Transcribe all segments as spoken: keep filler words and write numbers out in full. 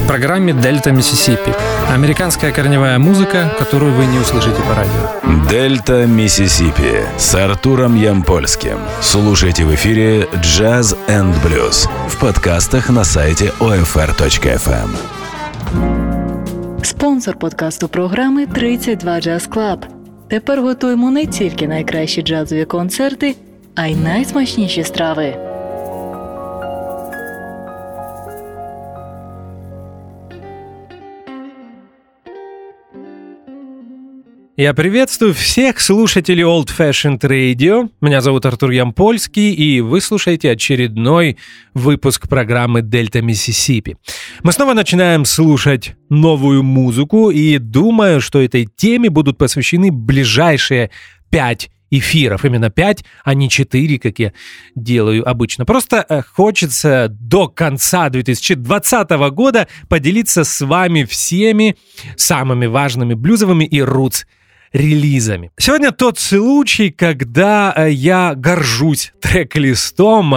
программе «Дельта Миссисипи». Американская корневая музыка, которую вы не услышите по радио. «Дельта Миссисипи» с Артуром Ямпольским. Слушайте в эфире «Джаз энд блюз» в подкастах на сайте о эф ар точка еф ем. Спонсор подкасту програми тридцять два Jazz Club. Тепер готуємо не тільки найкращі джазові концерти, а й найсмачніші страви. Я приветствую всех слушателей Old Fashioned Radio. Меня зовут Артур Ямпольский, и вы слушаете очередной выпуск программы «Дельта Миссисипи». Мы снова начинаем слушать новую музыку, и думаю, что этой теме будут посвящены ближайшие пять эфиров. Именно пять, а не четыре, как я делаю обычно. Просто хочется до конца две тысячи двадцатого года поделиться с вами всеми самыми важными блюзовыми и рутс релизами. Сегодня тот случай, когда я горжусь трек-листом.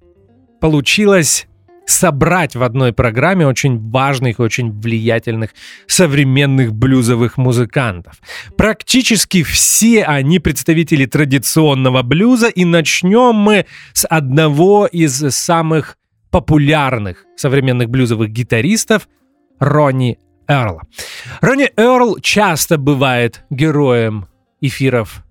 Получилось собрать в одной программе очень важных, очень влиятельных современных блюзовых музыкантов. Практически все они представители традиционного блюза, и начнем мы с одного из самых популярных современных блюзовых гитаристов — Ронни Эрла. Ронни Эрл часто бывает героем эфиров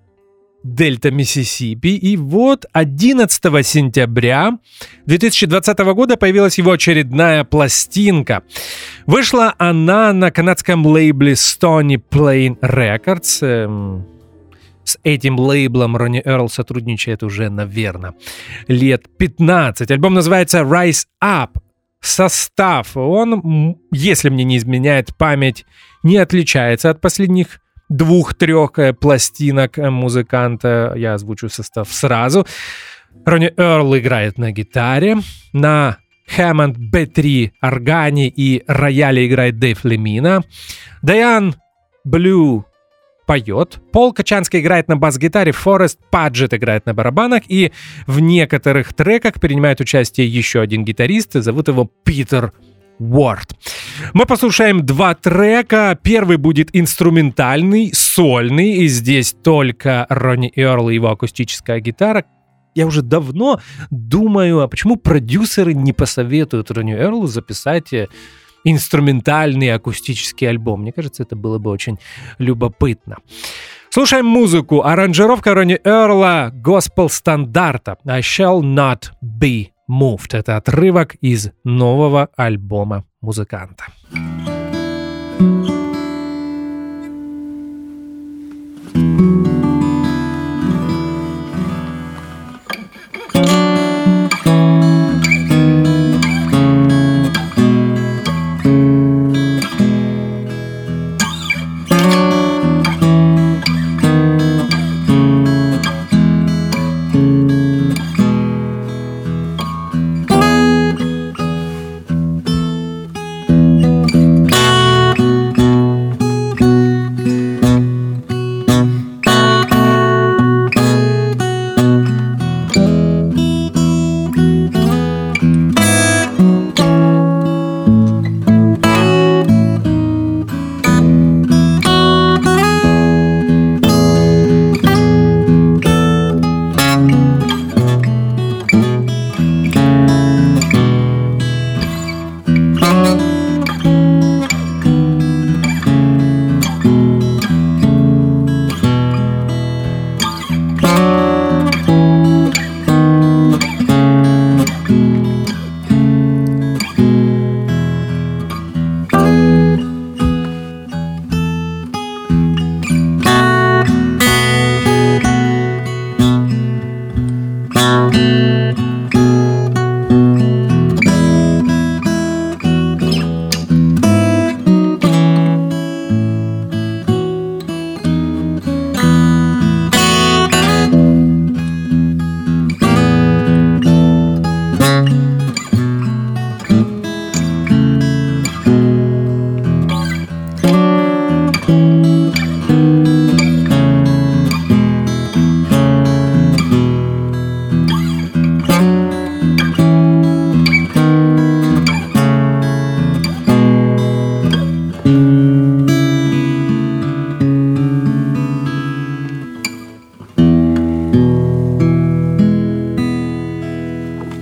«Дельта Миссисипи», и вот одиннадцатого сентября две тысячи двадцатого года появилась его очередная пластинка. Вышла она на канадском лейбле Stony Plain Records. С этим лейблом Ронни Эрл сотрудничает уже, наверное, лет пятнадцать. Альбом называется «Rise Up». Состав, он, если мне не изменяет память, не отличается от последних двух-трех пластинок музыканта. Я озвучу состав сразу. Ронни Эрл играет на гитаре, на Hammond би три органе и рояле играет Дэйв Лемина. Дайан Блю поет. Пол Качанский играет на бас-гитаре, Форест Паджет играет на барабанах, и в некоторых треках принимает участие еще один гитарист, зовут его Питер Уорд. Мы послушаем два трека. Первый будет инструментальный, сольный, и здесь только Ронни Эрл и его акустическая гитара. Я уже давно думаю, а почему продюсеры не посоветуют Ронни Эрлу записать инструментальный акустический альбом? Мне кажется, это было бы очень любопытно. Слушаем музыку. Аранжировка Ронни Эрла госпел-стандарта «I shall not be moved». Это отрывок из нового альбома музыканта.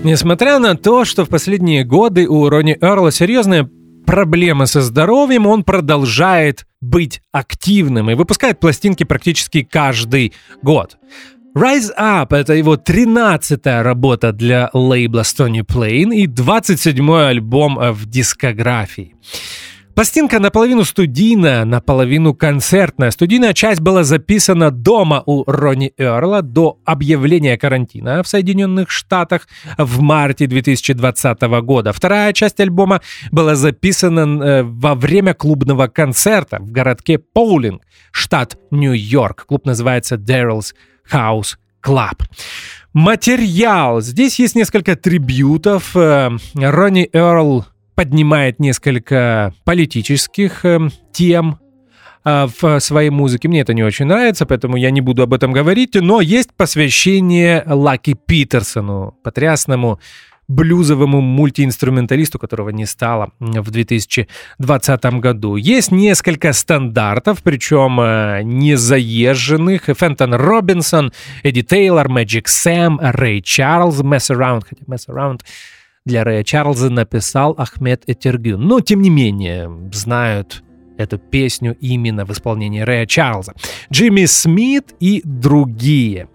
Несмотря на то, что в последние годы у Ронни Эрла серьезная проблема со здоровьем, он продолжает быть активным и выпускает пластинки практически каждый год. Rise Up — это его тринадцатая работа для лейбла Stony Plain и двадцать седьмой альбом в дискографии. Пластинка наполовину студийная, наполовину концертная. Студийная часть была записана дома у Ронни Эрла до объявления карантина в Соединенных Штатах в марте две тысячи двадцатого года. Вторая часть альбома была записана во время клубного концерта в городке Поулинг, штат Нью-Йорк. Клуб называется Daryl's House Club. Материал. Здесь есть несколько трибьютов. Ронни Эрл поднимает несколько политических э, тем э, в своей музыке. Мне это не очень нравится, поэтому я не буду об этом говорить. Но есть посвящение Лаки Питерсону, потрясному блюзовому мультиинструменталисту, которого не стало в две тысячи двадцатом году. Есть несколько стандартов, причем э, незаезженных. Фентон Робинсон, Эдди Тейлор, Magic Sam, Рэй Чарльз, Mess Around, хотя Mess Around для Рэя Чарльза написал Ахмед Этергюн. Но, тем не менее, знают эту песню именно в исполнении Рэя Чарльза. Джимми Смит и другие.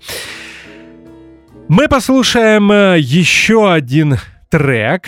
Мы послушаем еще один трек,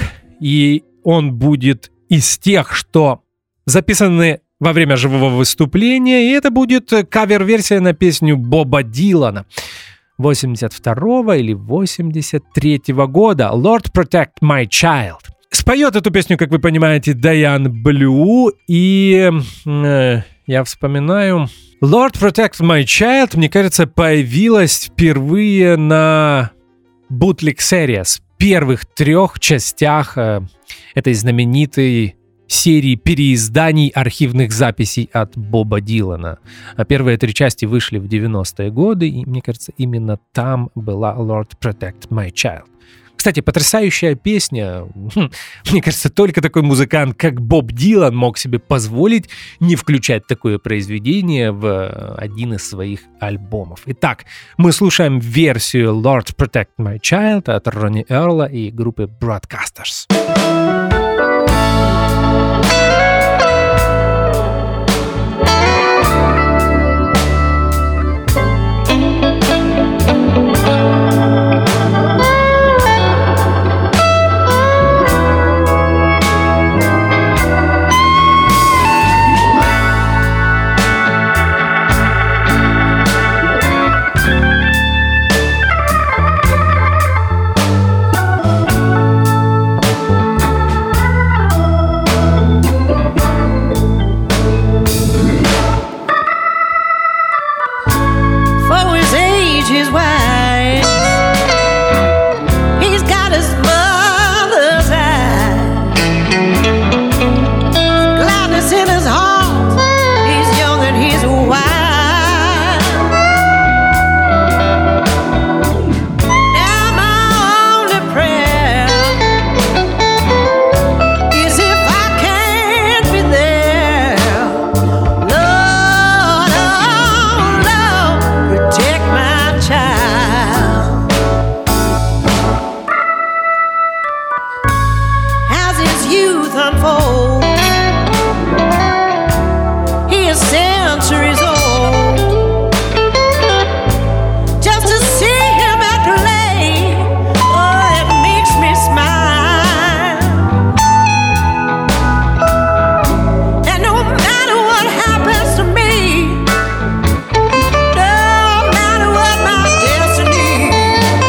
и он будет из тех, что записаны во время живого выступления, и это будет кавер-версия на песню Боба Дилана восемьдесят второго или восемьдесят третьего года «Lord Protect My Child». Споет эту песню, как вы понимаете, Дайан Блю, и э, я вспоминаю... «Lord Protect My Child», мне кажется, появилась впервые на Bootleg Series, первых трех частях э, этой знаменитой серии переизданий архивных записей от Боба Дилана. А первые три части вышли в девяностые годы, и, мне кажется, именно там была «Lord Protect My Child». Кстати, потрясающая песня. Мне кажется, только такой музыкант, как Боб Дилан, мог себе позволить не включать такое произведение в один из своих альбомов. Итак, мы слушаем версию «Lord Protect My Child» от Ронни Эрла и группы Broadcasters.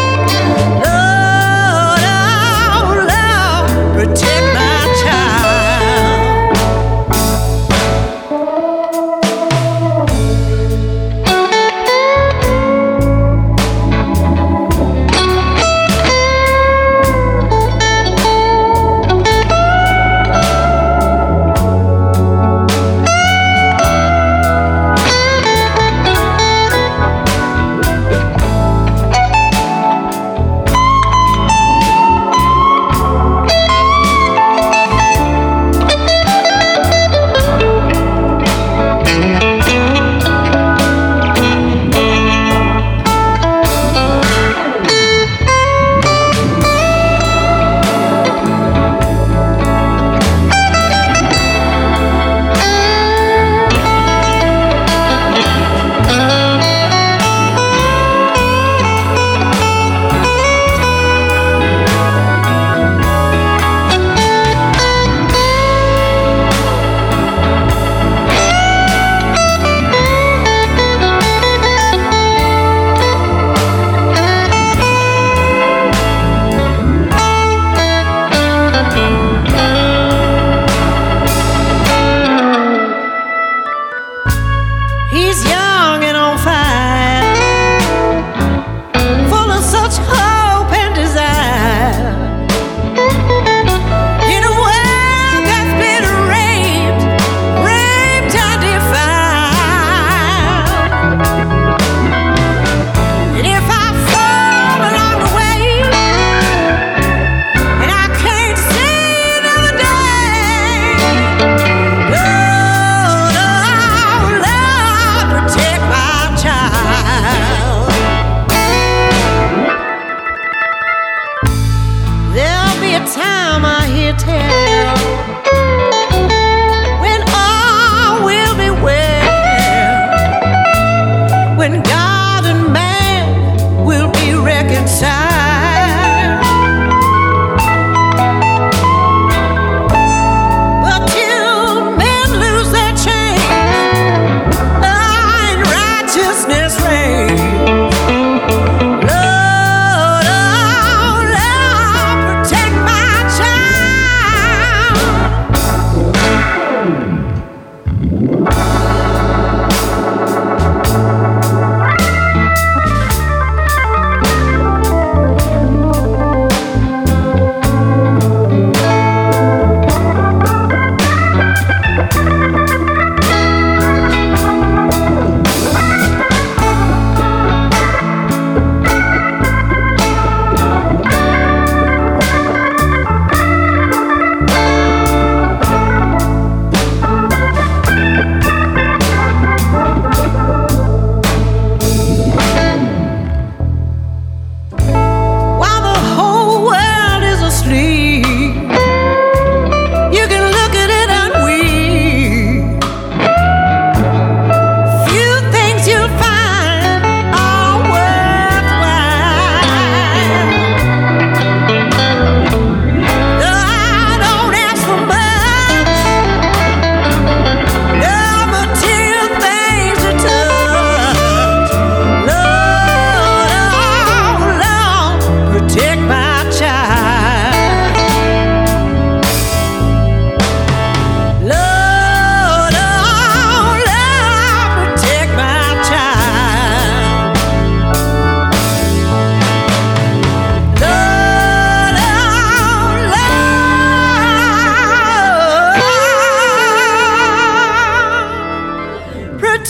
Protect my child.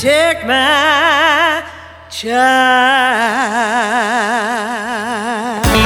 take my child.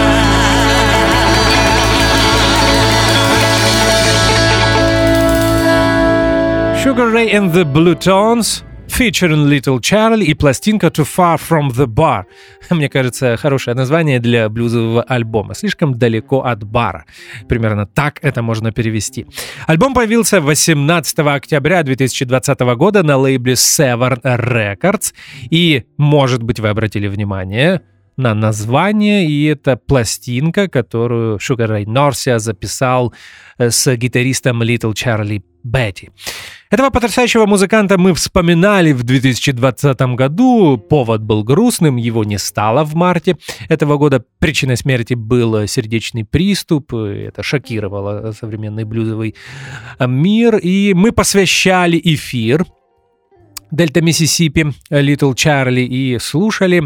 Sugar Ray and the Blue Tones, featuring Little Charlie и пластинка Too Far From The Bar. Мне кажется, хорошее название для блюзового альбома. Слишком далеко от бара. Примерно так это можно перевести. Альбом появился восемнадцатого октября две тысячи двадцатого года на лейбле Severn Records. И, может быть, вы обратили внимание на название, и это пластинка, которую Sugar Ray Norcia записал с гитаристом Little Charlie Betty. Этого потрясающего музыканта мы вспоминали в две тысячи двадцатом году. Повод был грустным, его не стало в марте этого года. Причиной смерти был сердечный приступ. Это шокировало современный блюзовый мир. И мы посвящали эфир Дельта Миссисипи Little Charlie и слушали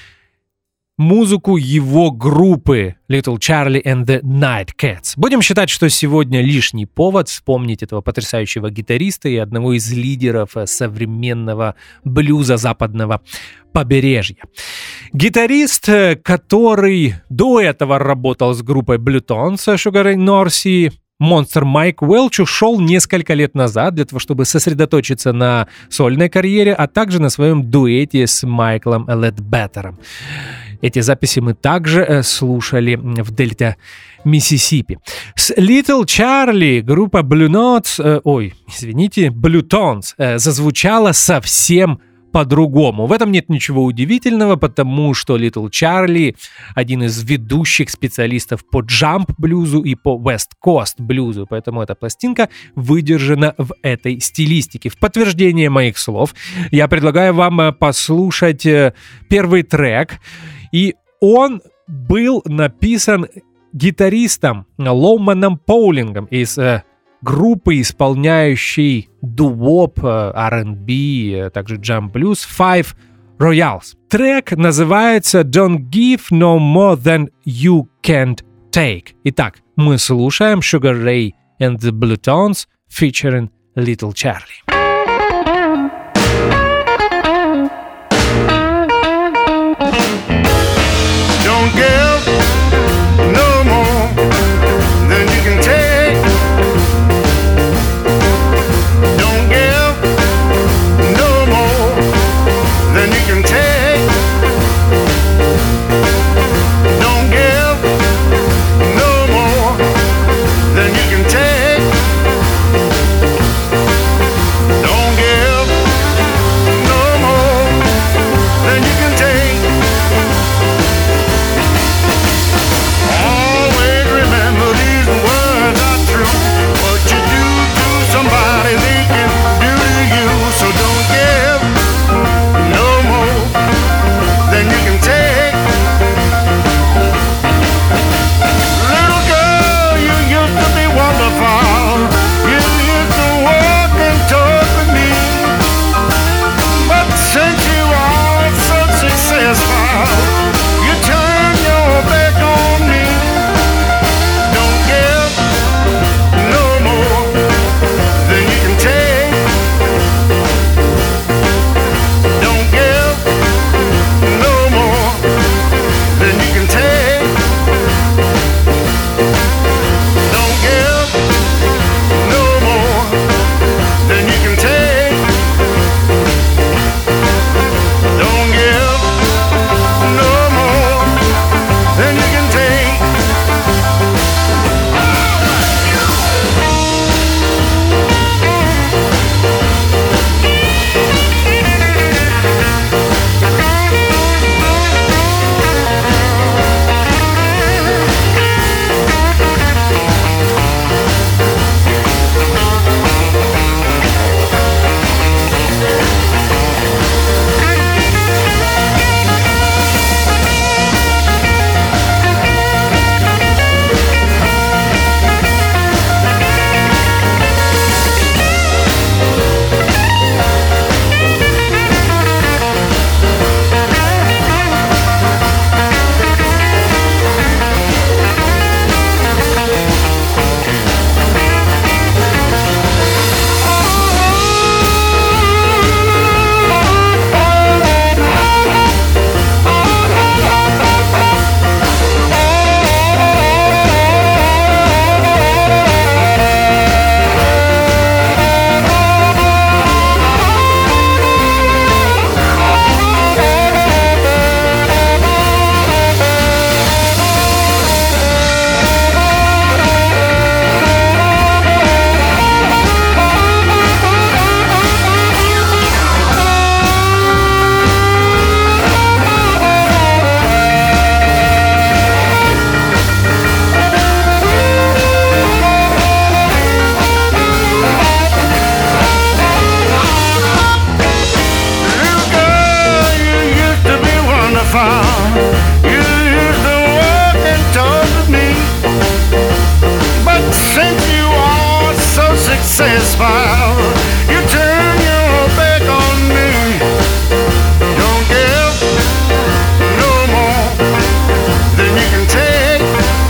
музыку его группы Little Charlie and the Nightcats. Будем считать, что сегодня лишний повод вспомнить этого потрясающего гитариста и одного из лидеров современного блюза западного побережья. Гитарист, который до этого работал с группой Blue Tones Sugar Ray Norcia, монстр Майк Уэлч, ушел несколько лет назад для того, чтобы сосредоточиться на сольной карьере, а также на своем дуэте с Майклом Ледбеттером. Эти записи мы также слушали в Дельта Миссисипи. С Little Charlie группа Blue Notes, э, ой, извините, Blue Tones э, зазвучала совсем по-другому. В этом нет ничего удивительного, потому что Little Charlie один из ведущих специалистов по джамп-блюзу и по West Coast блюзу, поэтому эта пластинка выдержана в этой стилистике. В подтверждение моих слов я предлагаю вам послушать первый трек, и он был написан гитаристом Лоуманом Поулингом из группы, исполняющей дуоп, ар энд би, также джамп-блюз Five Royals. Трек называется Don't Give No More Than You Can't Take. Итак, мы слушаем Sugar Ray and the Blue Tones featuring Little Charlie. Don't give no more than you can take. Don't give no more than you can take. Don't give no more than you can take. Don't give no more than you can take. satisfied. You turn your back on me. Don't give no more than you can take.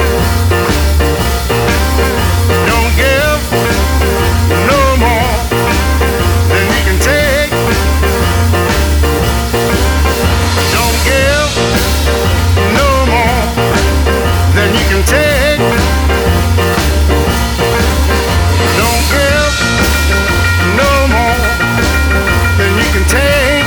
Don't give no more than you can take. Don't give no more than you can take. Don't give no more than you can take.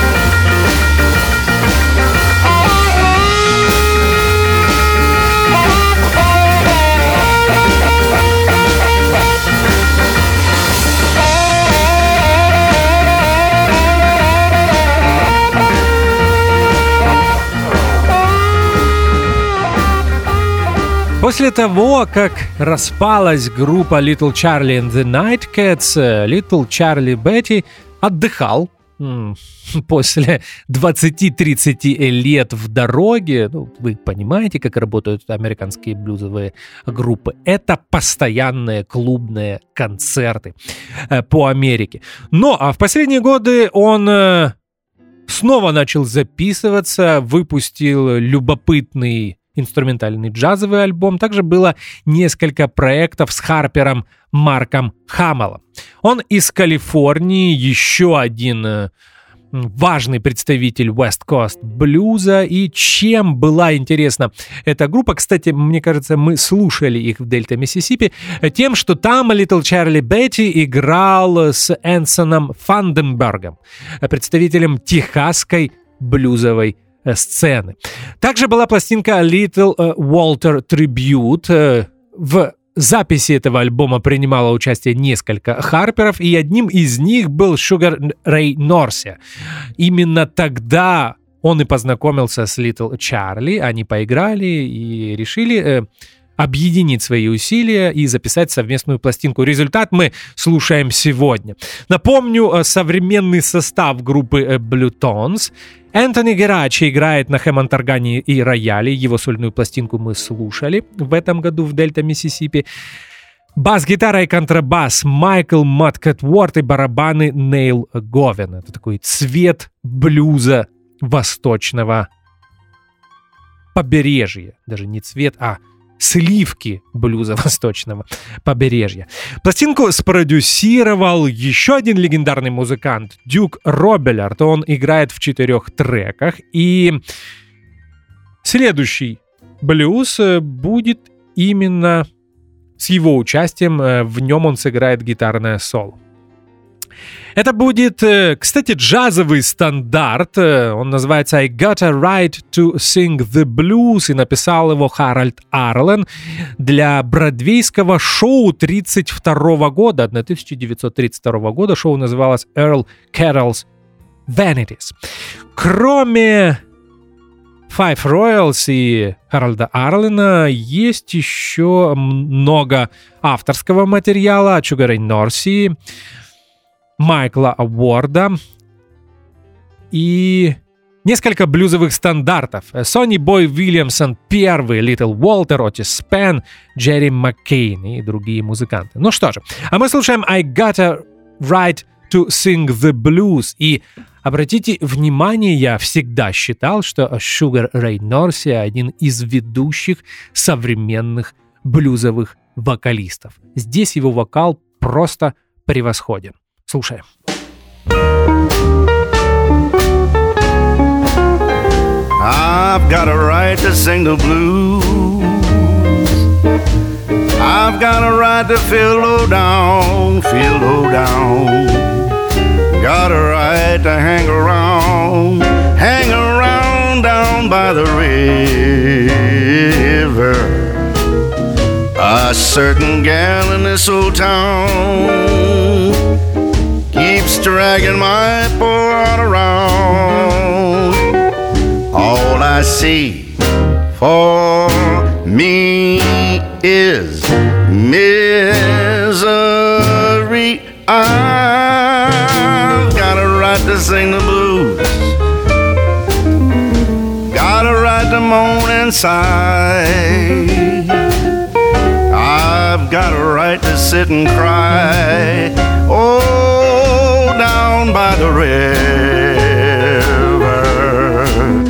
После того, как распалась группа Little Charlie and the Nightcats, Little Charlie Betty отдыхал м, после двадцати-тридцати лет в дороге. Ну, вы понимаете, как работают американские блюзовые группы. Это постоянные клубные концерты э, по Америке. Но а в последние годы он э, снова начал записываться, выпустил любопытный инструментальный джазовый альбом. Также было несколько проектов с Харпером Марком Хаммелом. Он из Калифорнии, еще один э, важный представитель West Coast блюза. И чем была интересна эта группа, кстати, мне кажется, мы слушали их в Дельта Миссисипи, тем, что там Little Charlie Betty играл с Энсоном Фанденбергом, представителем техасской блюзовой сцены. Также была пластинка Little Walter Tribute. В записи этого альбома принимало участие несколько Харперов, и одним из них был Sugar Ray Norcia. Именно тогда он и познакомился с Little Charlie, они поиграли и решили э, объединить свои усилия и записать совместную пластинку. Результат мы слушаем сегодня. Напомню, современный состав группы Blue Tones. Энтони Герачи играет на хэммонд-органе и рояле. Его сольную пластинку мы слушали в этом году в Дельта Миссисипи. Бас-гитара и контрабас Майкл Маткетворт и барабаны Нейл Говен. Это такой цвет блюза восточного побережья. Даже не цвет, а сливки блюза восточного побережья. Пластинку спродюсировал еще один легендарный музыкант Дюк Робелярд. Он играет в четырех треках. И следующий блюз будет именно с его участием. В нем он сыграет гитарное соло. Это будет, кстати, джазовый стандарт. Он называется «I Got a Right to Sing the Blues», и написал его Харальд Арлен для бродвейского шоу тридцать второго года, тысяча девятьсот тридцать второго года. Шоу называлось «Earl Carroll's Vanities». Кроме Five Royals и Харальда Арлена есть еще много авторского материала от Sugar Ray Norcia, Майкла Уорда и несколько блюзовых стандартов. Сонни Бой Уильямсон первый, Little Walter, Отис Спен, Джерри Маккейн и другие музыканты. Ну что же, а мы слушаем I Got a Right to Sing the Blues. И обратите внимание, я всегда считал, что Sugar Ray Norcia один из ведущих современных блюзовых вокалистов. Здесь его вокал просто превосходен. Слушаем. I've got a right to sing the blues. I've got a right to feel low down, feel low down. Got a right to hang around, hang around down by the river. A certain gal in this old town keeps dragging my poor heart around. All I see for me is misery. I've got a right to sing the blues, got a right to moan and sigh. I've got a right to sit and cry. Oh, down by the river.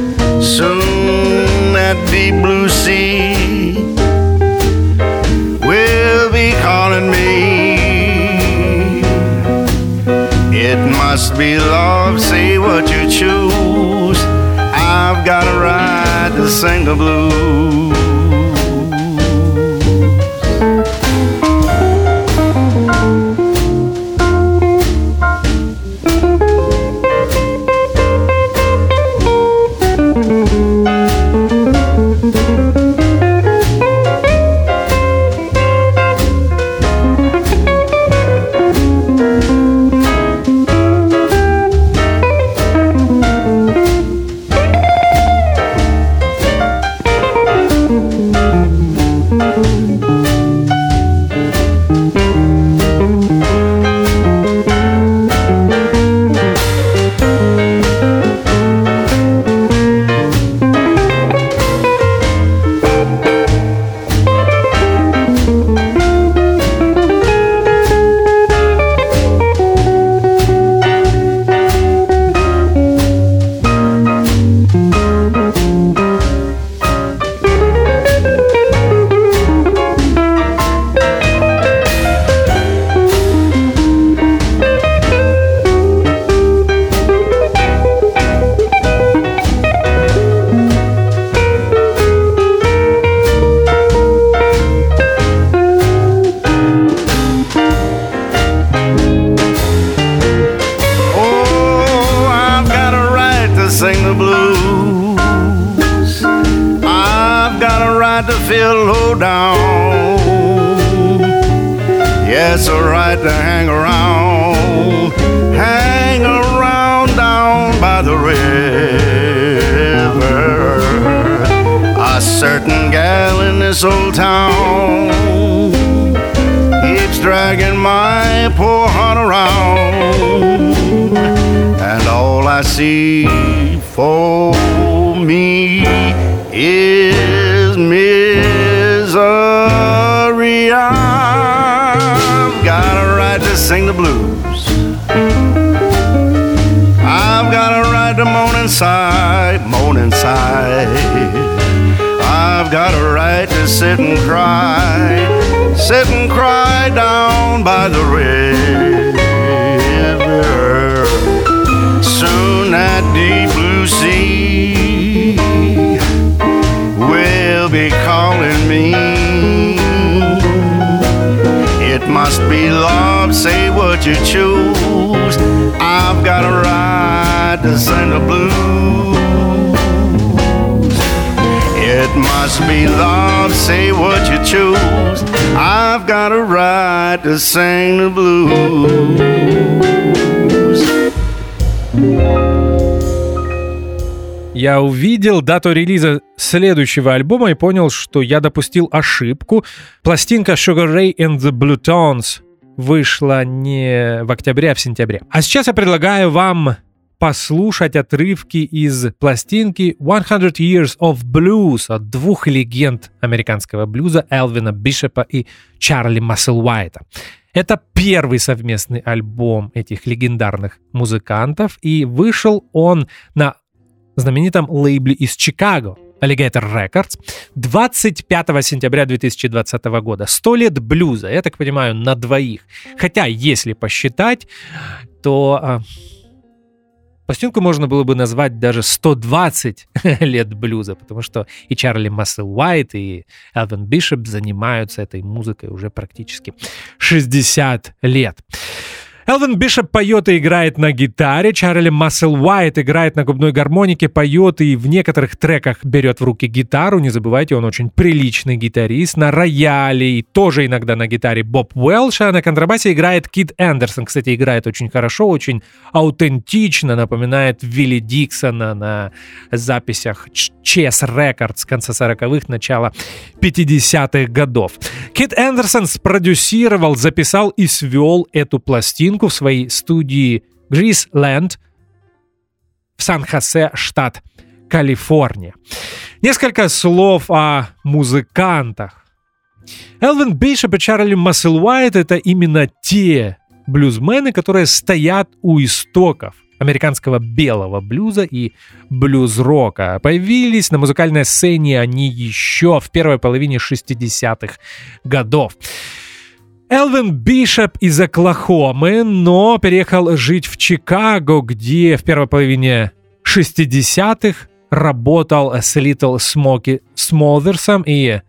Soon that deep blue sea will be calling me. It must be love, say what you choose. I've got a right to sing the blues. Sing the blues. I've got a right to feel low down. Yes, a right to hang around. Hang around down by the river. A certain gal in this old town keeps dragging my poor heart around. And all I see for me is misery. I've got a right to sing the blues. I've got a right to moan and sigh, moan and sigh. I've got a right to sit and cry, sit and cry down by the river. Soon that deep blue sea will be calling me. It must be love, say what you choose. I've got a right to sing the blues. It must be love, say what you choose. I've got a right to sing the blues. Я увидел дату релиза следующего альбома и понял, что я допустил ошибку. Пластинка Sugar Ray and the Bluetones вышла не в октябре, а в сентябре. А сейчас я предлагаю вам послушать отрывки из пластинки one hundred years of Blues от двух легенд американского блюза Элвина Бишопа и Чарли Масселуайта. Это первый совместный альбом этих легендарных музыкантов, и вышел он на знаменитом лейбле из Чикаго Alligator Records двадцать пятого сентября две тысячи двадцатого года. Сто лет блюза, я так понимаю, на двоих. Хотя, если посчитать, то а, пластинку можно было бы назвать даже сто двадцать лет блюза, потому что и Чарли Масселуайт, и Элвин Бишоп занимаются этой музыкой уже практически шестьдесят лет. Элвин Бишоп поет и играет на гитаре, Чарли Масселуайт играет на губной гармонике, поет и в некоторых треках берет в руки гитару. Не забывайте, он очень приличный гитарист. На рояле и тоже иногда на гитаре Боб Уэлш, а на контрабасе играет Кит Эндерсон. Кстати, играет очень хорошо, очень аутентично, напоминает Вилли Диксона на записях Chess Records конца сороковых, начала пятидесятых годов. Кит Эндерсон спродюсировал, записал и свел эту пластинку в своей студии Graceland в Сан-Хосе, штат Калифорния. Несколько слов о музыкантах Элвин Бишоп и Чарли Масселуайт — это именно те блюзмены, которые стоят у истоков американского белого блюза и блюз-рока. Появились на музыкальной сцене они еще в первой половине шестидесятых годов. Элвин Бишоп из Оклахомы, но переехал жить в Чикаго, где в первой половине шестидесятых работал с Little Smoky Smothers'ом и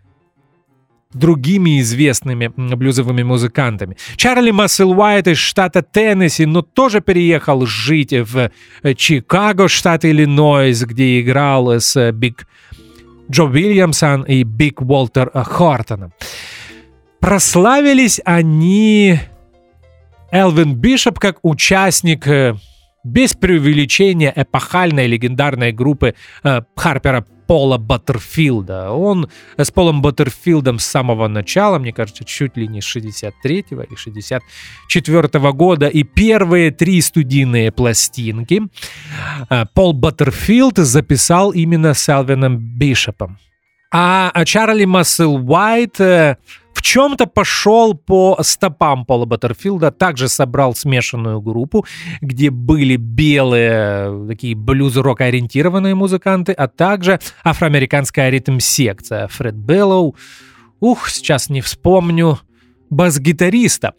другими известными блюзовыми музыкантами. Чарли Масселуайт из штата Теннесси, но тоже переехал жить в Чикаго, штат Иллинойс, где играл с Биг Джо Уильямсом и Биг Уолтер Хортоном. Прославились они, Элвин Бишоп, как участник, без преувеличения, эпохальной легендарной группы э, Харпера Пола Баттерфилда. Он с Полом Баттерфилдом с самого начала, мне кажется, чуть ли не с шестьдесят третьего или шестьдесят четвёртого года, и первые три студийные пластинки э, Пол Баттерфилд записал именно с Элвином Бишопом. А Чарли Масселуайт э, в чем-то пошел по стопам Пола Баттерфилда, также собрал смешанную группу, где были белые, такие блюз-рок ориентированные музыканты, а также афроамериканская ритм-секция. Фред Беллоу, ух, сейчас не вспомню, бас-гитариста.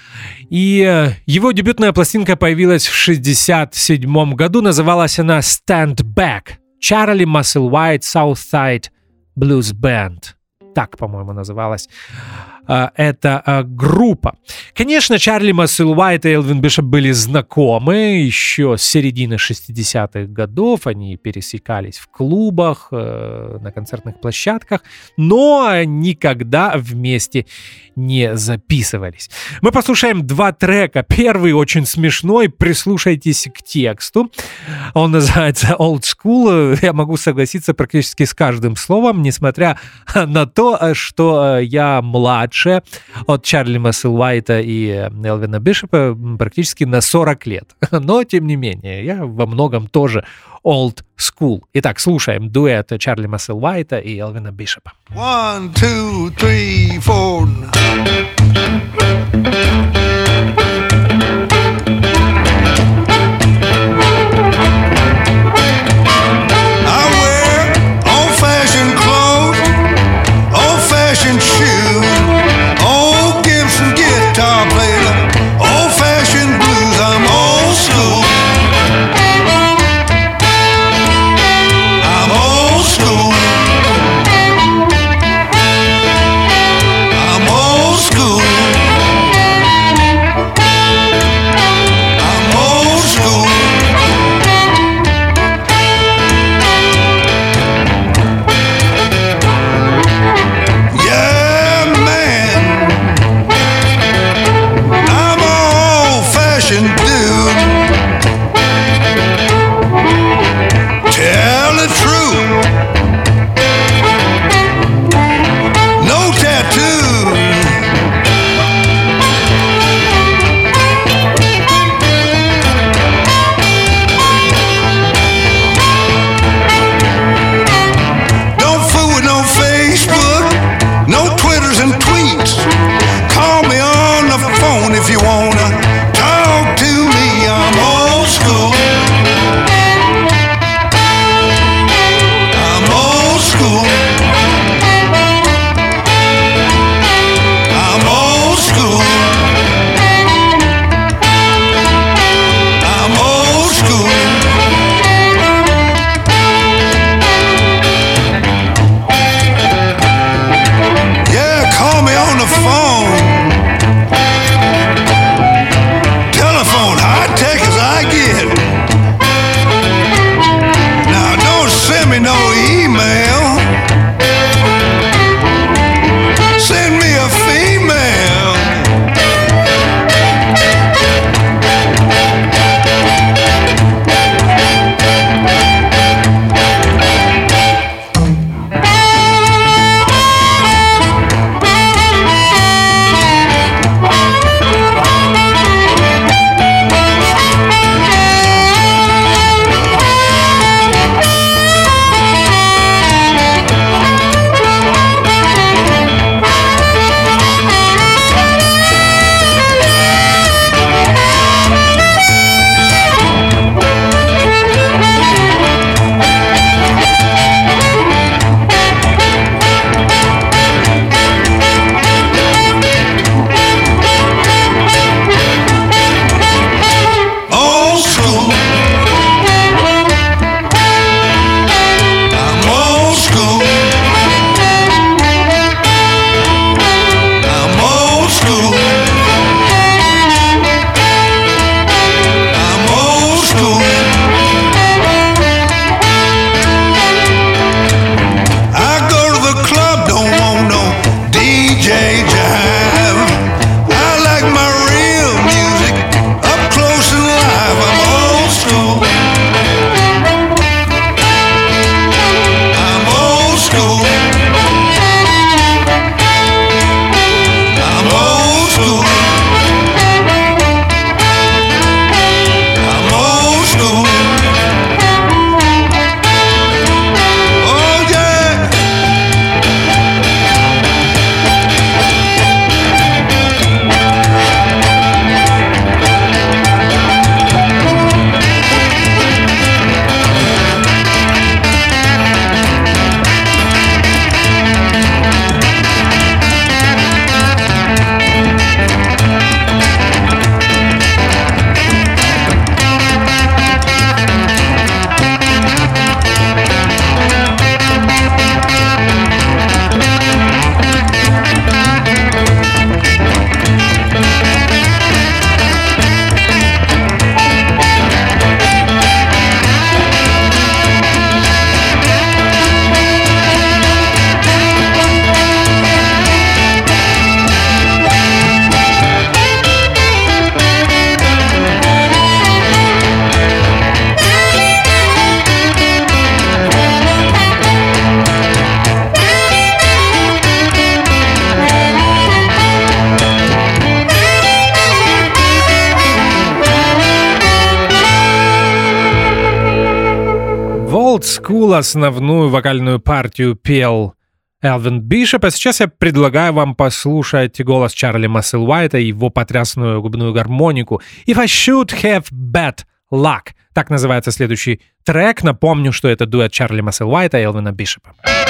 И его дебютная пластинка появилась в шестьдесят седьмом году, называлась она «Stand Back». Чарли Масселуайт Southside Blues Band. Так, по-моему, называлась э, эта э, группа. Конечно, Чарли Масселуайт и Элвин Бишоп были знакомы еще с середины шестидесятых годов. Они пересекались в клубах, э, на концертных площадках, но никогда вместе не записывались. Мы послушаем два трека. Первый очень смешной, прислушайтесь к тексту. Он называется Old School. Я могу согласиться практически с каждым словом, несмотря на то, что я младше от Чарли Масселуайта и Элвина Бишопа практически на сорок лет. Но, тем не менее, я во многом тоже old school. Итак, слушаем дуэт Чарли Масселуайта и Элвина Бишопа. One, two, three, four. If you wanna talk to Cool, основную вокальную партию пел Элвин Бишоп, а сейчас я предлагаю вам послушать голос Чарли Масселуайта и его потрясную губную гармонику «If I Should Have Bad Luck». Так называется следующий трек. Напомню, что это дуэт Чарли Масселуайта и Элвина Бишопа.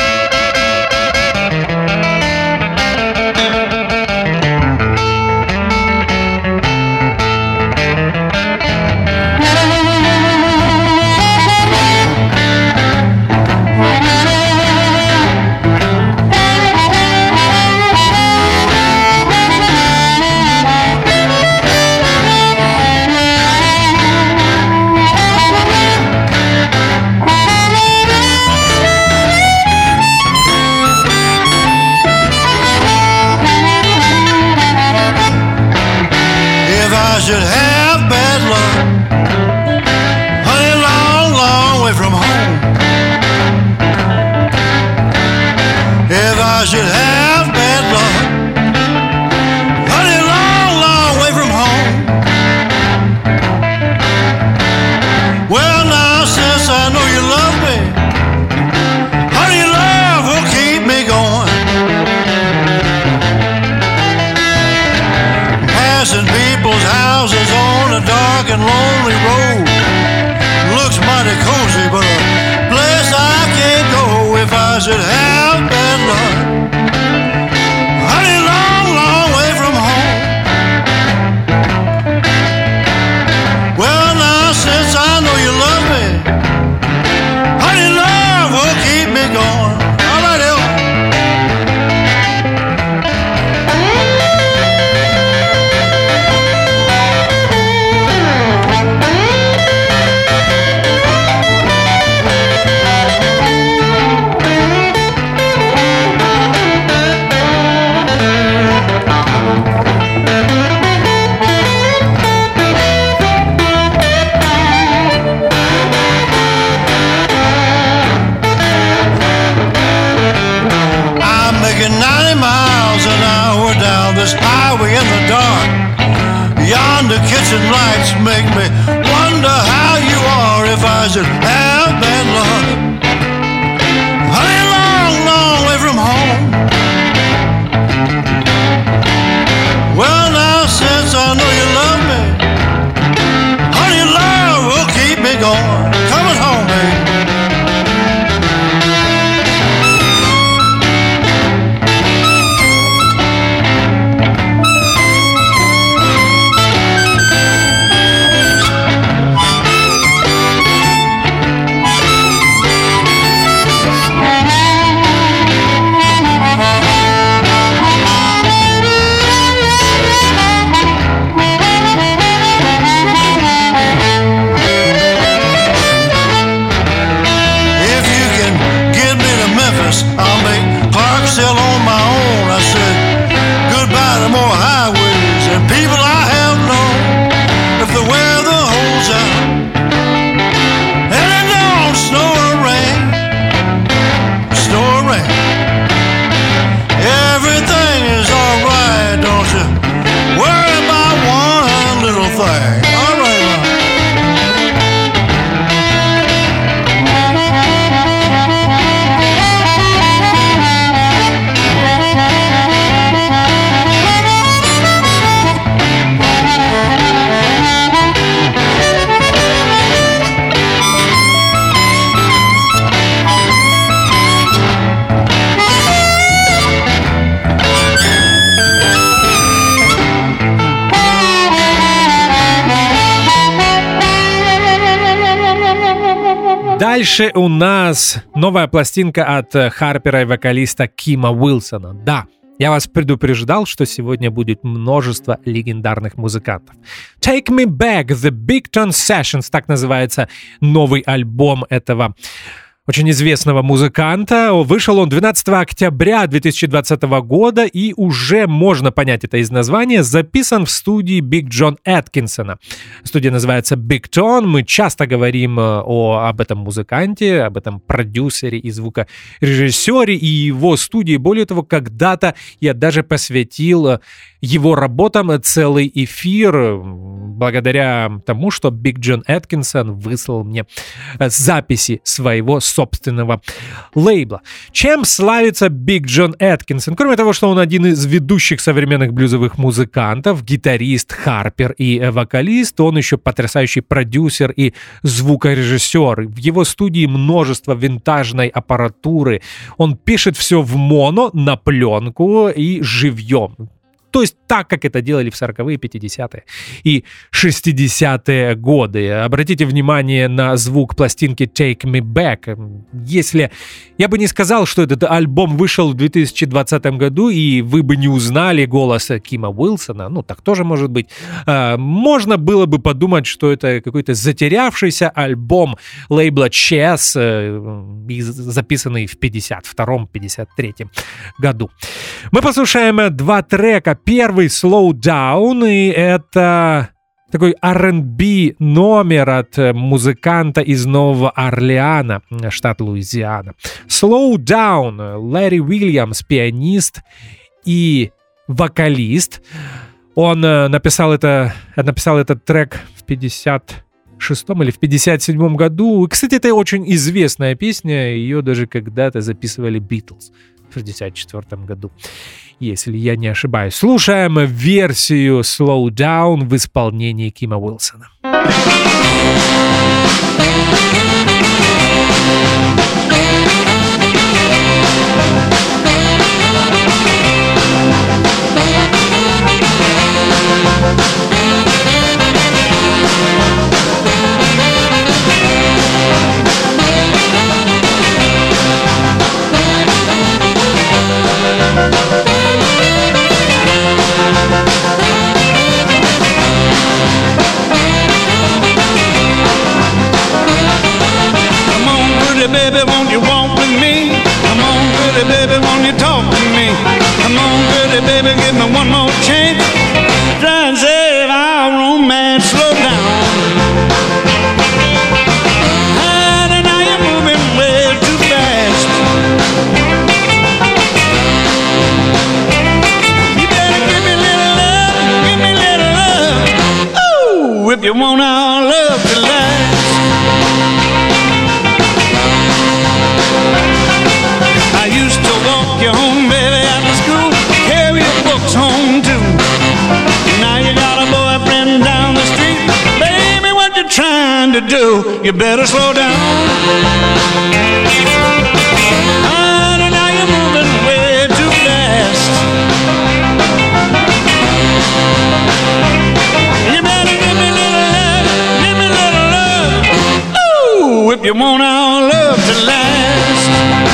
I should have bad luck, honey, long, long way from home. If I should have bad luck, honey, long, long way from home. Well, now since I know you love me, honey, your love will keep me going. Passing people's houses on a dark and lonely road, looks mighty cozy, but a place I can't go if I should have bad luck. Honey, long, long way from home. Well, now since I know you love me, honey, love will keep me going. All right, Ella. ninety miles an hour down this highway in the dark. Yonder kitchen lights make me wonder how you are if I should have bad luck. Honey, long, long way from home. Well, now since I know you love me, honey, your love will keep me going. Coming home, baby. I'll make Clarksville on my own. I said goodbye to more highways and people I have known. If the weather holds out and it don't snow or rain, snow or rain, everything is alright. Don't you worry about one little thing. All right, now. Дальше у нас новая пластинка от Харпера и вокалиста Кима Уилсона. Да, я вас предупреждал, что сегодня будет множество легендарных музыкантов. Take Me Back, The Big Tone Sessions, так называется новый альбом этого очень известного музыканта. Вышел он двенадцатого октября две тысячи двадцатого года, и уже можно понять это из названия, записан в студии Биг Джон Эткинсона. Студия называется Big Tone. Мы часто говорим о, об этом музыканте, об этом продюсере и звукорежиссере и его студии. Более того, когда-то я даже посвятил его работам целый эфир. благодаря тому, что Биг Джон Эткинсон выслал мне записи своего собственного лейбла. Чем славится Биг Джон Эткинсон? Кроме того, что он один из ведущих современных блюзовых музыкантов, гитарист, харпер и вокалист, он еще потрясающий продюсер и звукорежиссер. В его студии множество винтажной аппаратуры. Он пишет все в моно, на пленку и живьем. То есть так, как это делали в сороковые, пятидесятые и шестидесятые годы. Обратите внимание на звук пластинки Take Me Back. Если я бы не сказал, что этот альбом вышел в две тысячи двадцатом году, и вы бы не узнали голос Кима Уилсона, ну так тоже может быть, можно было бы подумать, что это какой-то затерявшийся альбом лейбла Chess, записанный в пятьдесят втором — пятьдесят третьем году. Мы послушаем два трека. Первый Slow Down, и это такой ар энд би номер от музыканта из Нового Орлеана, штат Луизиана. Slow Down, Ларри Уильямс, пианист и вокалист. Он написал, это, написал этот трек в пятьдесят шестом или в пятьдесят седьмом году. И, кстати, это очень известная песня, ее даже когда-то записывали Beatles в шестьдесят четвёртом году, если я не ошибаюсь. Слушаем версию Slow Down в исполнении Кима Уилсона. Baby, won't you walk with me? Come on, pretty baby, won't you talk to me? Come on, pretty baby, give me one more chance. Try and save our romance. Slow down. Honey, now you're moving way too fast. You better give me a little love, give me a little love. Ooh, if you want our love to last. I used to walk you home, baby, after school, carry your books home too. Now you got a boyfriend down the street, baby, what you trying to do? You better slow down. Honey, now you're moving way too fast. You better give me a little love, give me a little love. Ooh, if you want our love to last.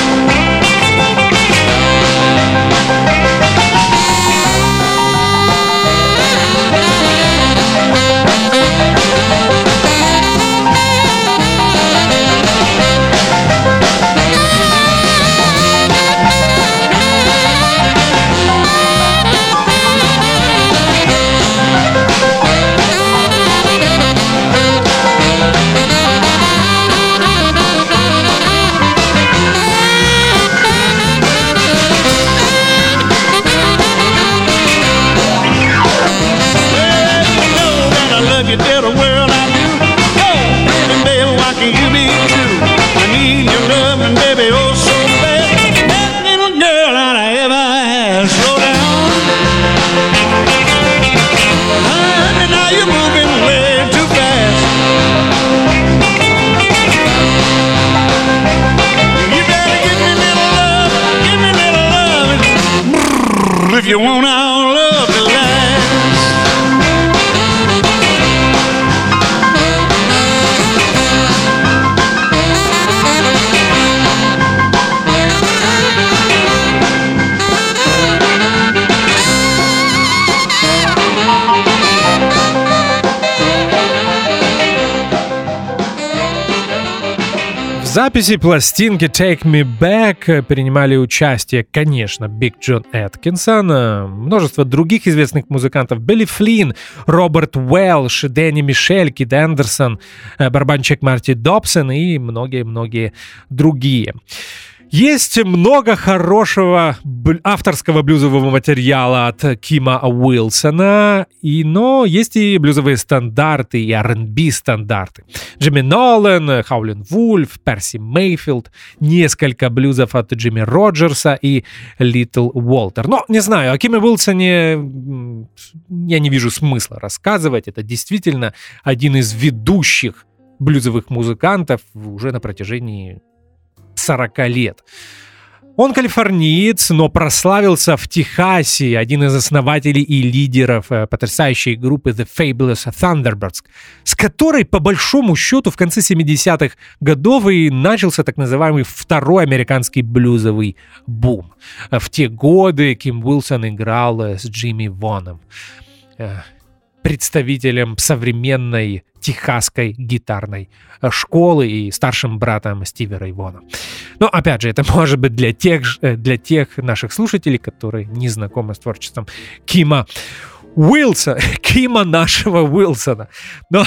You tell the world I do. Hey, baby, baby, why can't you be true? I need your love and baby, oh so bad. That little girl that I ever had. Slow down. Honey, now you're moving way too fast. You better give me a little love, give me a little love. If you want our love to last. В записи пластинки Take Me Back принимали участие, конечно, Биг Джон Эткинсон, множество других известных музыкантов: Билли Флинн, Роберт Уэлш, Дэнни Мишель, Кид Эндерсон, барабанщик Марти Добсон и многие-многие другие. Есть много хорошего авторского блюзового материала от Кима Уилсона, и, но есть и блюзовые стандарты, и ар энд би стандарты. Джимми Нолан, Хаулин Вульф, Перси Мейфилд, несколько блюзов от Джимми Роджерса и Литл Уолтер. Но, не знаю, о Киме Уилсоне я не вижу смысла рассказывать. Это действительно один из ведущих блюзовых музыкантов уже на протяжении сорока лет. Он калифорниец, но прославился в Техасе, один из основателей и лидеров потрясающей группы The Fabulous Thunderbirds, с которой, по большому счету, в конце семидесятых годов и начался так называемый второй американский блюзовый бум. В те годы Ким Уилсон играл с Джимми Воном, представителем современной техасской гитарной школы и старшим братом Стиви Рэй Вона. Но, опять же, это может быть для тех, для тех наших слушателей, которые не знакомы с творчеством Кима Уилсона, Кима нашего Уилсона. Но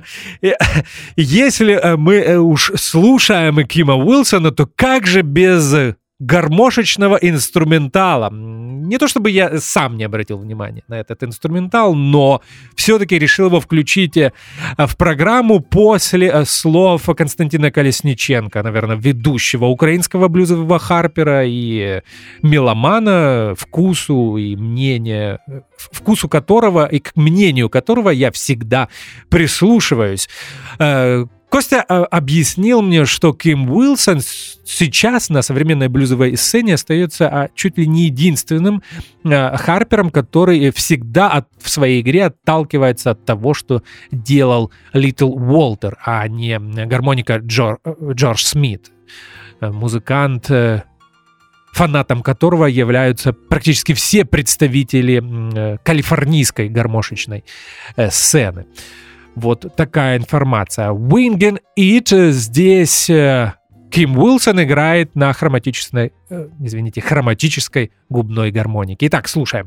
если мы уж слушаем Кима Уилсона, то как же без гармошечного инструментала? Не то чтобы я сам не обратил внимания на этот инструментал, но все-таки решил его включить в программу после слов Константина Колесниченко, наверное, ведущего украинского блюзового харпера и меломана, вкусу и мнения, вкусу которого и к мнению которого я всегда прислушиваюсь. Костя объяснил мне, что Ким Уилсон сейчас на современной блюзовой сцене остается чуть ли не единственным харпером, который всегда от, в своей игре отталкивается от того, что делал Литл Уолтер, а не гармоника Джор, Джордж Смит. Музыкант, фанатом которого являются практически все представители калифорнийской гармошечной сцены. Вот такая информация. Wingin' It. Здесь э, Ким Уилсон играет на хроматической, э, извините, хроматической губной гармонике. Итак, слушаем.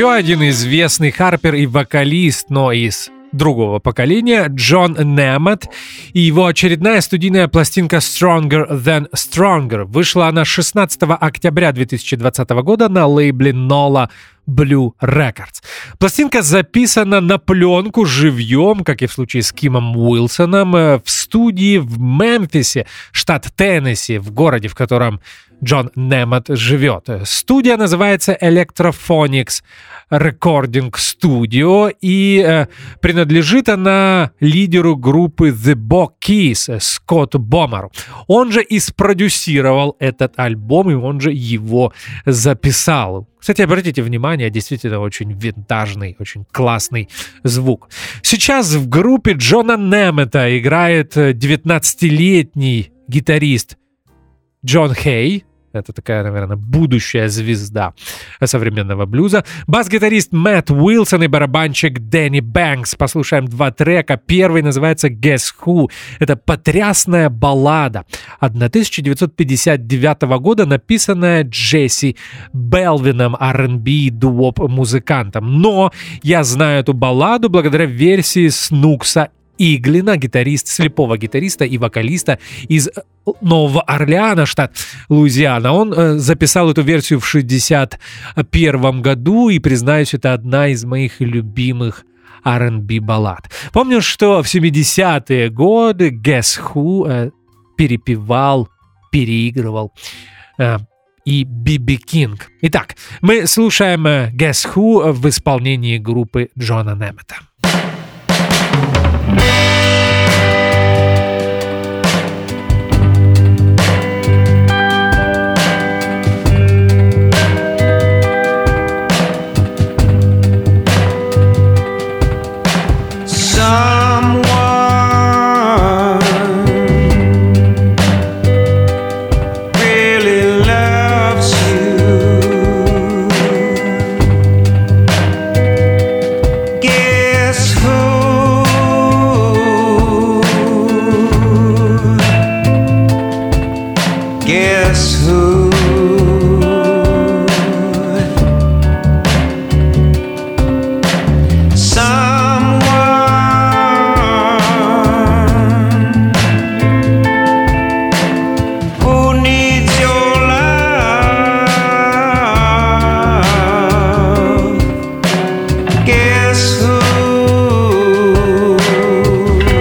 еще один известный харпер и вокалист, но из другого поколения, Джон Немет, и его очередная студийная пластинка Stronger Than Stronger. Вышла она шестнадцатого октября две тысячи двадцатого года на лейбле Nola Blue Records. Пластинка записана на пленку живьем, как и в случае с Кимом Уилсоном, в студии в Мемфисе, штат Теннесси, в городе, в котором Джон Немет живет. Студия называется Electrophonics Recording Studio, и э, принадлежит она лидеру группы The Bockeys Скотт Бомару. Он же и спродюсировал этот альбом, и он же его записал. Кстати, обратите внимание, действительно очень винтажный, очень классный звук. Сейчас в группе Джона Немета играет девятнадцатилетний гитарист Джон Хей. Это такая, наверное, будущая звезда современного блюза. Бас-гитарист Мэтт Уилсон и барабанщик Дэнни Бэнкс. Послушаем два трека. Первый называется «Guess Who». Это потрясная баллада тысяча девятьсот пятьдесят девятого года, написанная Джесси Белвином, ар энд би дуоп-музыкантом. Но я знаю эту балладу благодаря версии Снукса Иглина, гитарист, слепого гитариста и вокалиста из Нового Орлеана, штат Луизиана. Он э, записал эту версию в шестьдесят первом году, и, признаюсь, это одна из моих любимых ар энд би баллад. Помню, что в семидесятые годы Guess Who э, перепевал, переигрывал э, и Би Би Кинг. Итак, мы слушаем э, Guess Who в исполнении группы Джона Немета.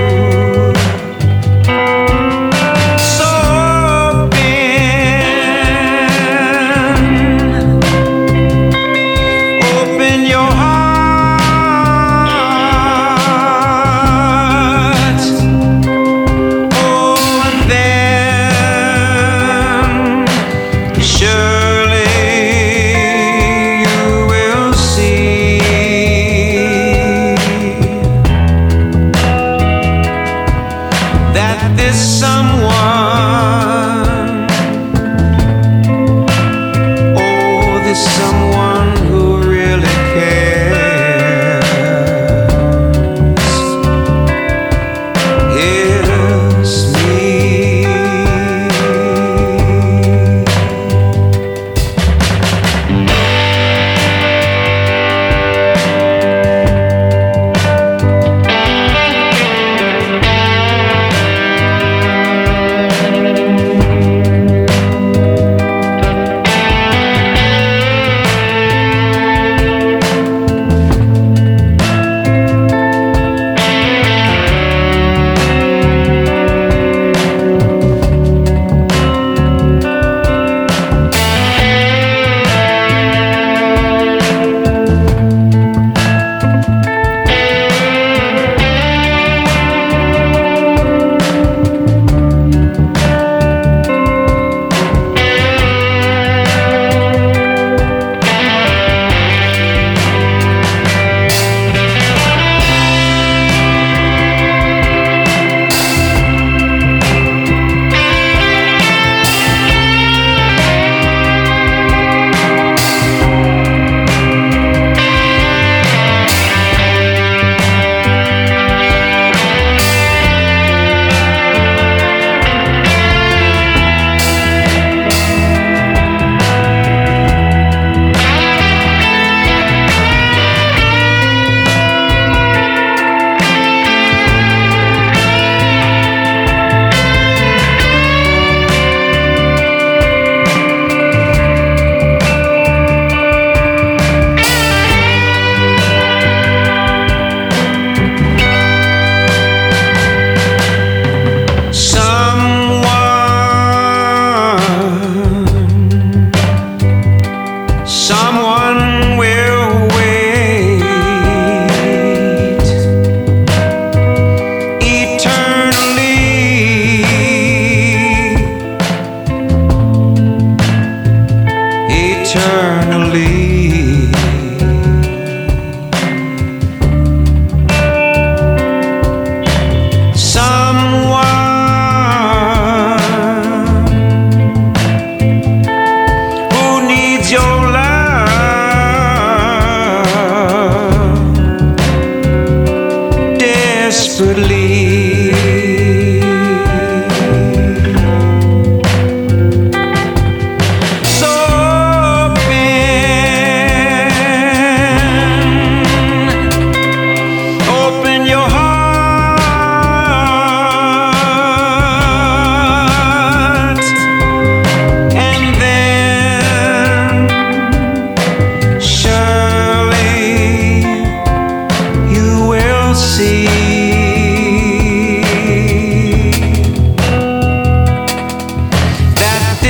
So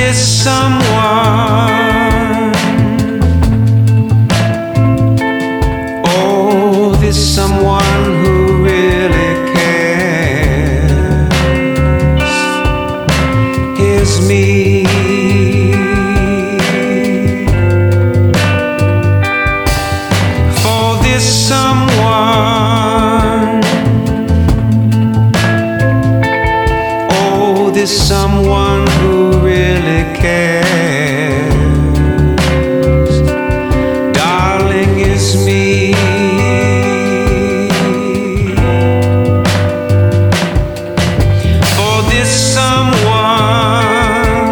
this someone, oh, this someone who really cares is me. For this someone, oh, this someone who really cares, darling, is me. For this someone,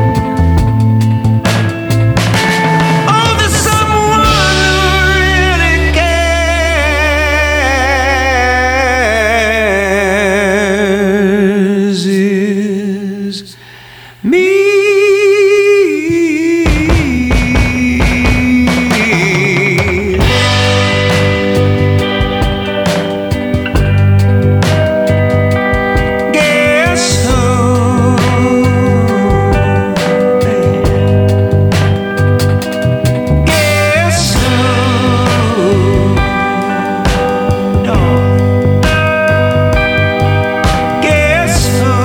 oh, this someone who really cares is me. Guess who? Guess who? No. Guess who?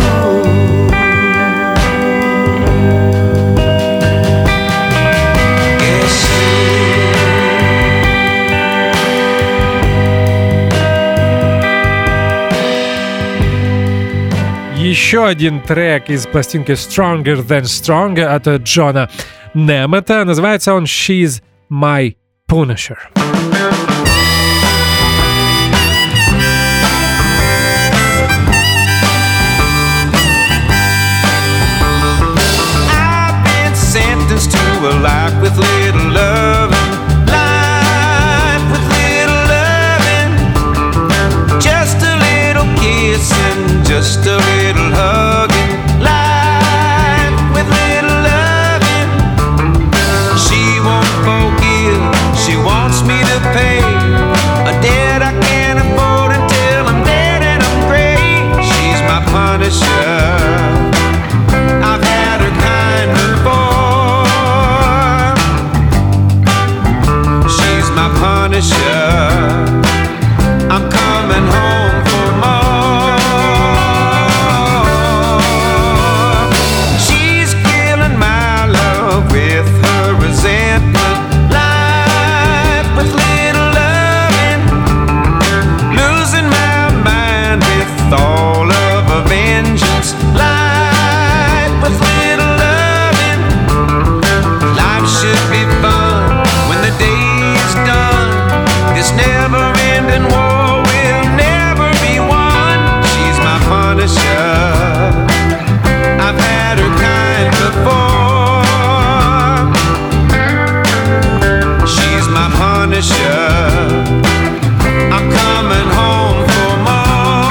Guess who? Еще один трек из пластинки Stronger Than Strong от Джона Немета. Называется он She's My Punisher. I've been sentenced to a life with little loving, life with little loving, just a little kissing, just a little hugging, life with little loving. She won't forgive, she wants me to pay a debt I can't afford until I'm dead and I'm gray. She's my punisher. I've had her kind before. She's my punisher. I'm coming home for more. She's killing my love with her resentment, life with little loving, losing my mind with all of a vengeance, life with little loving. Life should be fun when the day is done. This never-ending war will never be won. She's my punisher. I've had her kind before. She's my punisher. I'm coming home for more.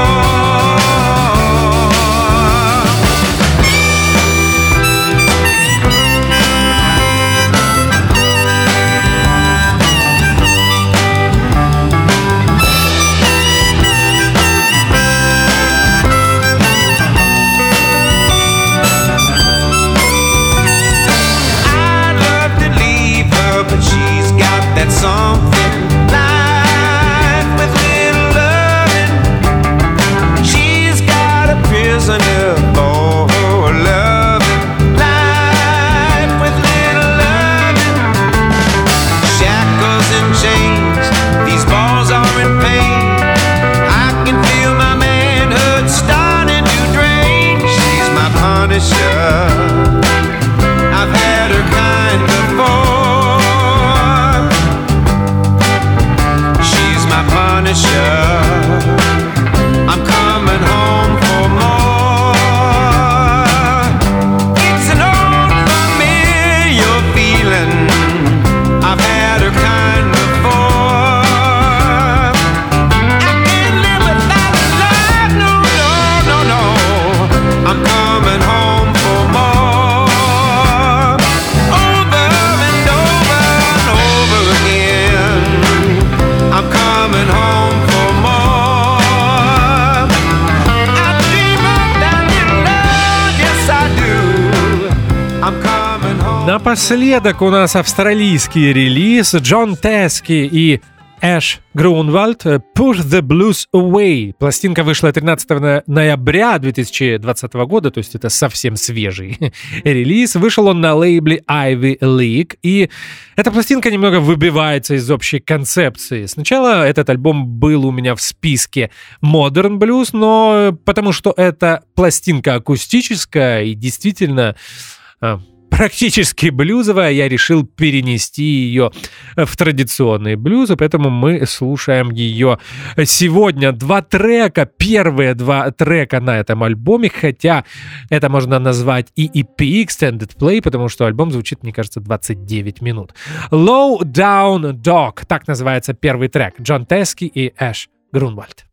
I'd love to leave her, but she's got that something, life with little loving. She's got a prisoner for her loving, life with little loving. Shackles and chains, these balls are in pain. I can feel my manhood starting to drain. She's my punisher. I've had her kind before. Напоследок у нас австралийский релиз. Джон Тески и Эш Грунвальд «Push the Blues Away». Пластинка вышла тринадцатого ноября две тысячи двадцатого года, то есть это совсем свежий релиз. Вышел он на лейбле Ivy League, и эта пластинка немного выбивается из общей концепции. Сначала этот альбом был у меня в списке Modern Blues, но потому что это пластинка акустическая и действительно практически блюзовая, я решил перенести ее в традиционные блюзы, поэтому мы слушаем ее сегодня. Два трека, первые два трека на этом альбоме, хотя это можно назвать и и пи, Extended Play, потому что альбом звучит, мне кажется, двадцать девять минут. Low Down Dog, так называется первый трек. Джон Тески и Эш Грунвальд.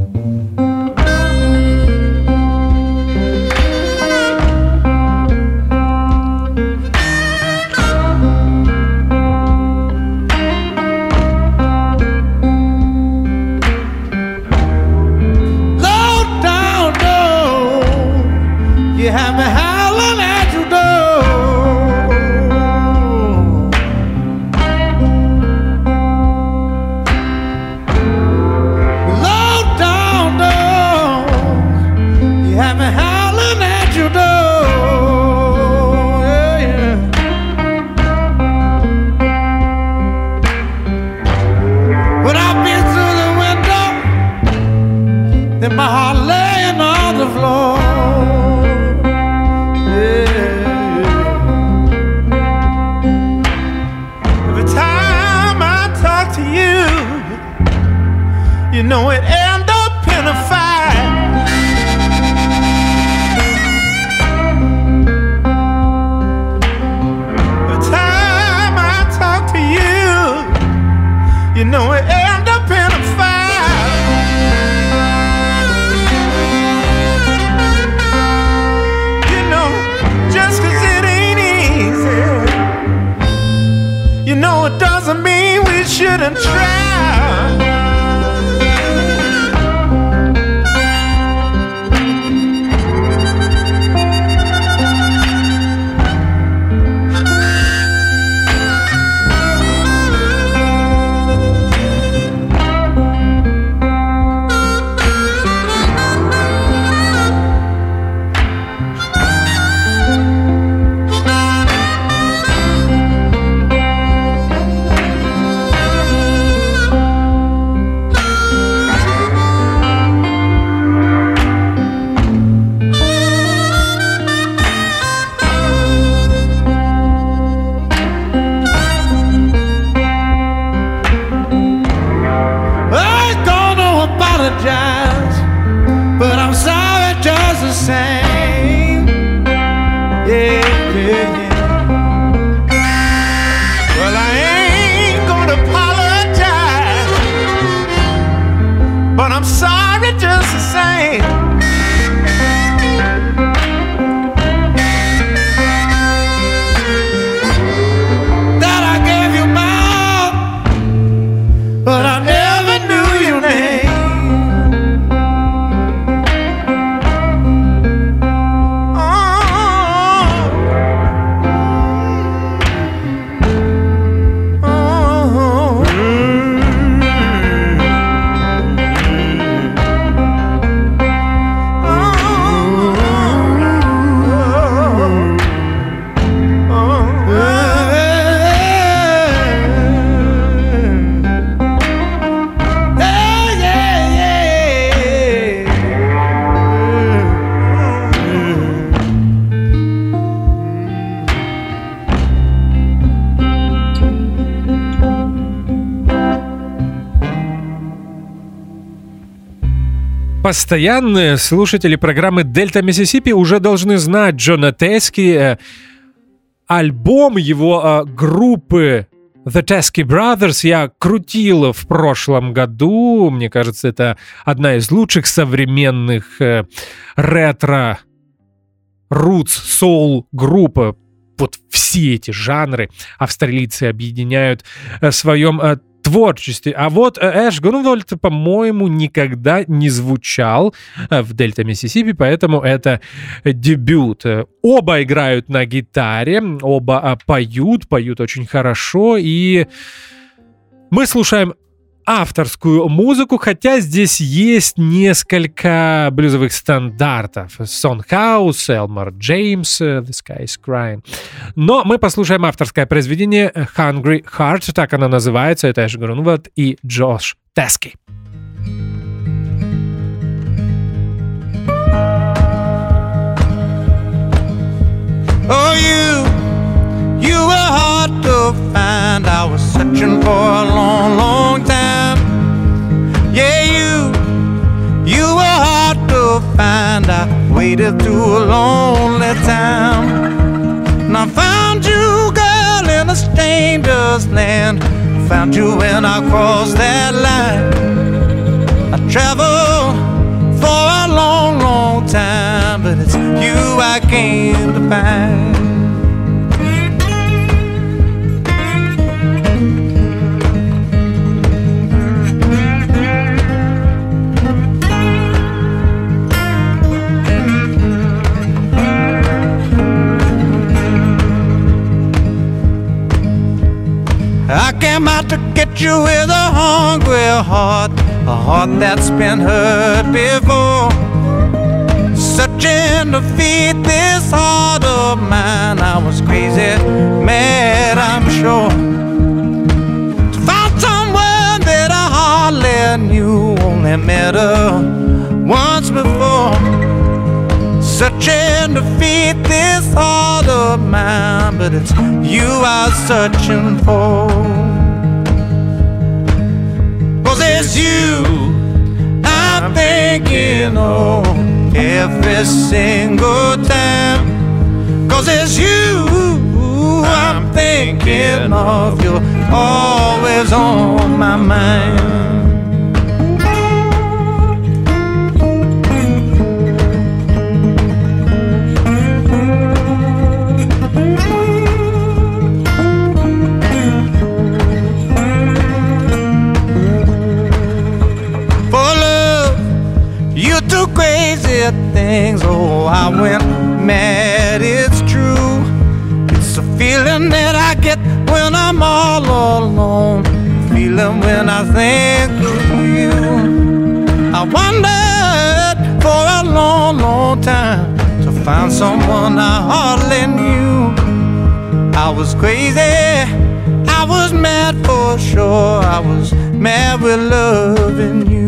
You have me howling at your door. Low down dog. You have me howling at your door. Yeah, yeah. When I've been through the window, then my heart laying on the floor. You know it end up in a fight. The time I talk to you, you know it end up in a fight. You know, just 'cause it ain't easy, you know it doesn't mean we shouldn't try. But I'm sorry just the same. Yeah, yeah, yeah. Well, I ain't gonna apologize, but I'm sorry just the same. That I gave you my all, but I never knew your name. Постоянные слушатели программы «Дельта Миссисипи» уже должны знать Джона Тески. Альбом его группы The Teskey Brothers я крутил в прошлом году. Мне кажется, это одна из лучших современных ретро roots soul групп. Вот все эти жанры австралийцы объединяют в своем творчестве. А вот Эш Грунвальд, по-моему, никогда не звучал в Дельта Миссисипи, поэтому это дебют. Оба играют на гитаре, оба поют, поют очень хорошо, и мы слушаем авторскую музыку, хотя здесь есть несколько блюзовых стандартов. Сон Хаус, Элмор Джеймс, The Sky is Crying. Но мы послушаем авторское произведение Hungry Heart, так оно называется, это Эш Грунвальд и Джош Тески. Oh, you, you were hard to find. I was searching for a long, long time. Yeah, you, you were hard to find. I waited through a lonely time. And I found you, girl, in a stranger's land. Found you when I crossed that line. I traveled for a long, long time, but it's you I came to find. I came out to get you with a hungry heart, a heart that's been hurt before. Searching to feed this heart of mine, I was crazy, mad, I'm sure. To find someone that I hardly knew, only met her once before. Searching to feed this heart of mine, but it's you I'm searching for. Cause it's you I'm thinking of every single time. Cause it's you I'm thinking of, you're always on my mind. Crazy things, oh, I went mad, it's true. It's a feeling that I get when I'm all alone, feeling when I think of you. I wondered for a long, long time to find someone I hardly knew. I was crazy, I was mad for sure, I was mad with loving you.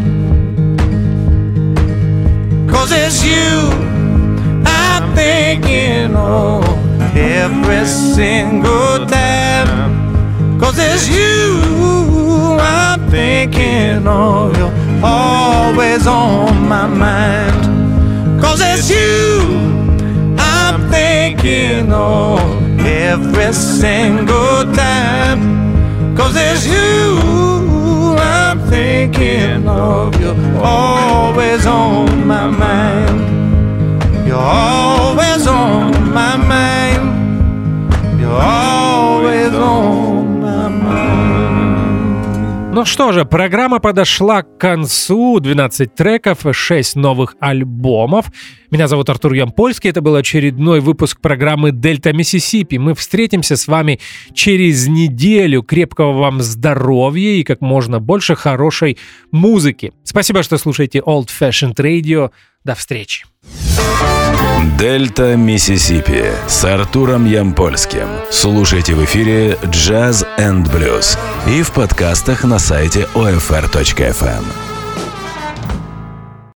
Cause it's you I'm thinking of every single time. Cause it's you I'm thinking of, you're always on my mind. Cause it's you I'm thinking of every single time. Cause it's you I'm thinking of, you're always on my mind. You're always on my mind. You're always on my mind. Ну что же, программа подошла к концу. двенадцать треков, шесть новых альбомов. Меня зовут Артур Ямпольский. Это был очередной выпуск программы «Дельта Миссисипи». Мы встретимся с вами через неделю. Крепкого вам здоровья и как можно больше хорошей музыки. Спасибо, что слушаете Old Fashioned Radio. До встречи. «Дельта Миссисипи» с Артуром Ямпольским. Слушайте в эфире «Джаз энд блюз» и в подкастах на сайте о эф эр точка эф эм.